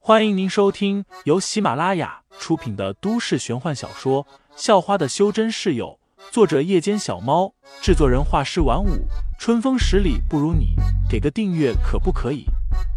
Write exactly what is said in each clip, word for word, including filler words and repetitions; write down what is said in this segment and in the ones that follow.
欢迎您收听由喜马拉雅出品的都市玄幻小说《校花的修真室友》，作者夜间小猫，制作人画师晚舞，春风十里不如你，给个订阅可不可以？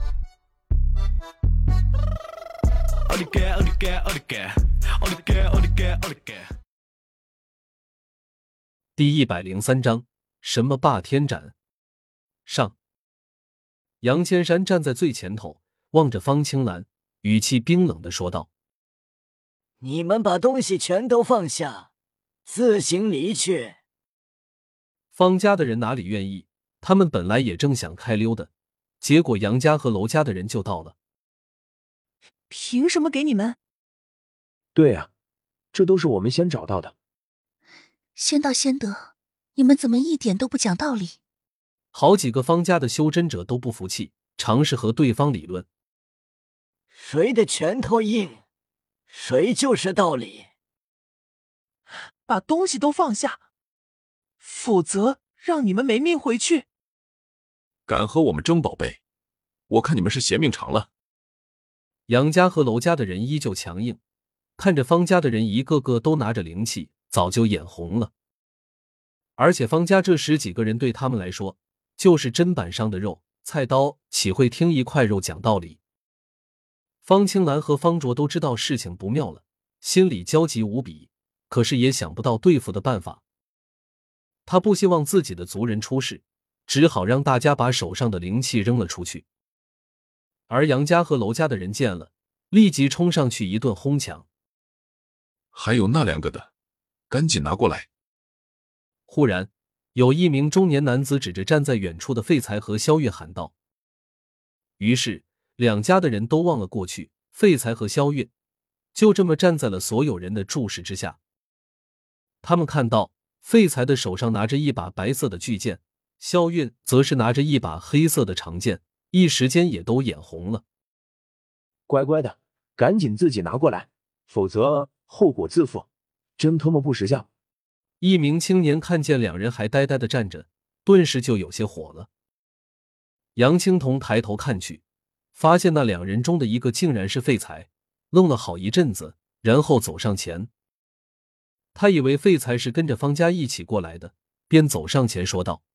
第一百零三章，什么霸天斩？上。杨千山站在最前头，望着方青兰，语气冰冷地说道： 你们把东西全都放下，自行离去。 方家的人哪里愿意，他们本来也正想开溜的，结果杨家和娄家的人就到了。 凭什么给你们？ 对啊，这都是我们先找到的。 先到先得，你们怎么一点都不讲道理？ 好几个方家的修真者都不服气，尝试和对方理论。 谁的拳头硬，谁就是道理。 把东西都放下，否则让你们没命回去。 敢和我们争宝贝，我看你们是嫌命长了。 杨家和娄家的人依旧强硬，看着方家的人一个个都拿着灵气，早就眼红了。而且方家这十几个人对他们来说，就是砧板上的肉，菜刀岂会听一块肉讲道理？方青兰和方卓都知道事情不妙了，心里焦急无比，可是也想不到对付的办法。他不希望自己的族人出事，只好让大家把手上的灵气扔了出去。而杨家和娄家的人见了，立即冲上去一顿哄抢。 还有那两个的，赶紧拿过来。 忽然有一名中年男子指着站在远处的废材和萧月喊道。于是两家的人都望了过去，废材和萧月就这么站在了所有人的注视之下。他们看到废材的手上拿着一把白色的巨剑，萧月则是拿着一把黑色的长剑，一时间也都眼红了。 乖乖的，赶紧自己拿过来，否则后果自负，真他妈不识相。 一名青年看见两人还呆呆地站着，顿时就有些火了。杨青桐抬头看去，发现那两人中的一个竟然是废材，愣了好一阵子，然后走上前。他以为废材是跟着方家一起过来的，便走上前说道：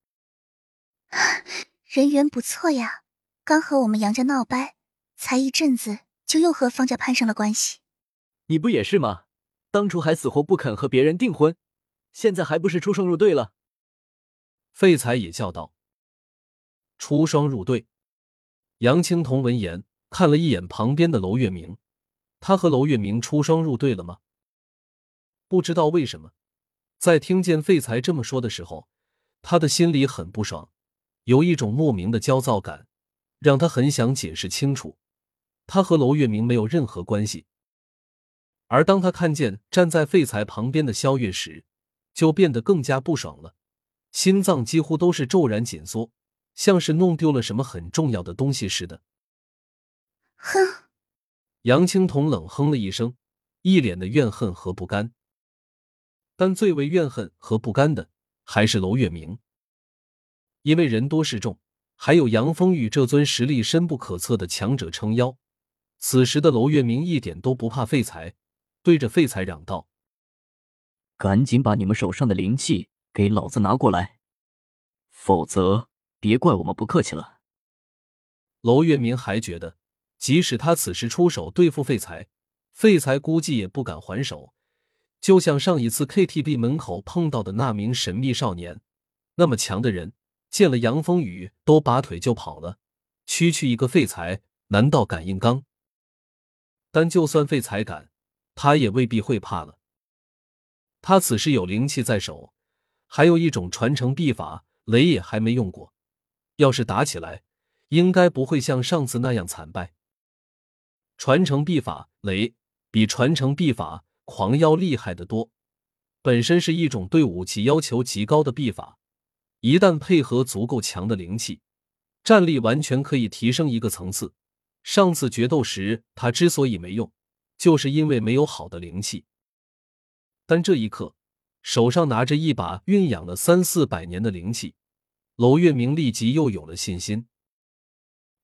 人缘不错呀，刚和我们杨家闹掰，才一阵子就又和方家攀上了关系。 你不也是吗？当初还死活不肯和别人订婚，现在还不是出双入对了？ 废材也叫道：出双入对。杨青桐闻言看了一眼旁边的娄月明，他和娄月明出双入对了吗？不知道为什么，在听见废材这么说的时候，他的心里很不爽，有一种莫名的焦躁感，让他很想解释清楚，他和娄月明没有任何关系。而当他看见站在废材旁边的萧月时，就变得更加不爽了，心脏几乎都是骤然紧缩，像是弄丢了什么很重要的东西似的。 哼！ 杨青桐冷哼了一声，一脸的怨恨和不甘。但最为怨恨和不甘的还是娄月明，因为人多势众，还有杨风雨这尊实力深不可测的强者撑腰。此时的娄月明一点都不怕废材，对着废材嚷道： 赶紧把你们手上的灵气给老子拿过来，否则别怪我们不客气了。 娄月明还觉得，即使他此时出手对付废材，废材估计也不敢还手，就像上一次 K T V 门口碰到的那名神秘少年，那么强的人，见了杨风雨都拔腿就跑了，区区一个废材，难道敢硬刚？但就算废材敢，他也未必会怕了。他此时有灵气在手，还有一种传承秘法，雷也还没用过，要是打起来，应该不会像上次那样惨败。传承秘法雷比传承秘法狂妖厉害得多，本身是一种对武器要求极高的秘法，一旦配合足够强的灵气，战力完全可以提升一个层次。上次决斗时他之所以没用，就是因为没有好的灵气。但这一刻，手上拿着一把酝养了三四百年的灵气，娄月明立即又有了信心。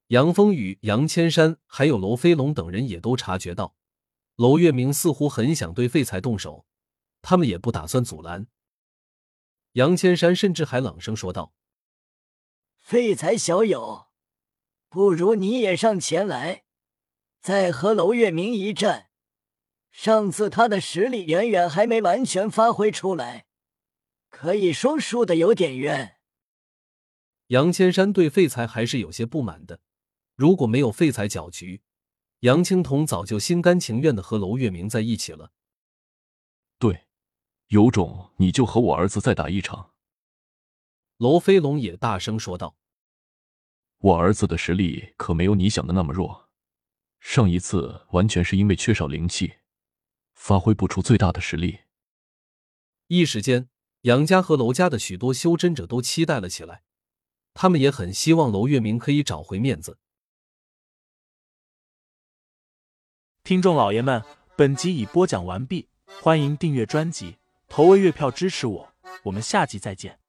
杨风雨、杨千山还有娄飞龙等人也都察觉到，娄月明似乎很想对废材动手，他们也不打算阻拦。杨千山甚至还朗声说道：“ 废材小友，不如你也上前来，再和娄月明一战。上次他的实力远远还没完全发挥出来，可以说输的有点冤。” 杨千山对废材还是有些不满的，如果没有废材搅局，杨青桐早就心甘情愿的和娄月明在一起了。 对，有种你就和我儿子再打一场。 娄飞龙也大声说道：“ 我儿子的实力可没有你想的那么弱，上一次完全是因为缺少灵气，发挥不出最大的实力。” 一时间，杨家和娄家的许多修真者都期待了起来，他们也很希望娄月明可以找回面子。 听众老爷们，本集已播讲完毕，欢迎订阅专辑，投喂月票支持我，我们下集再见。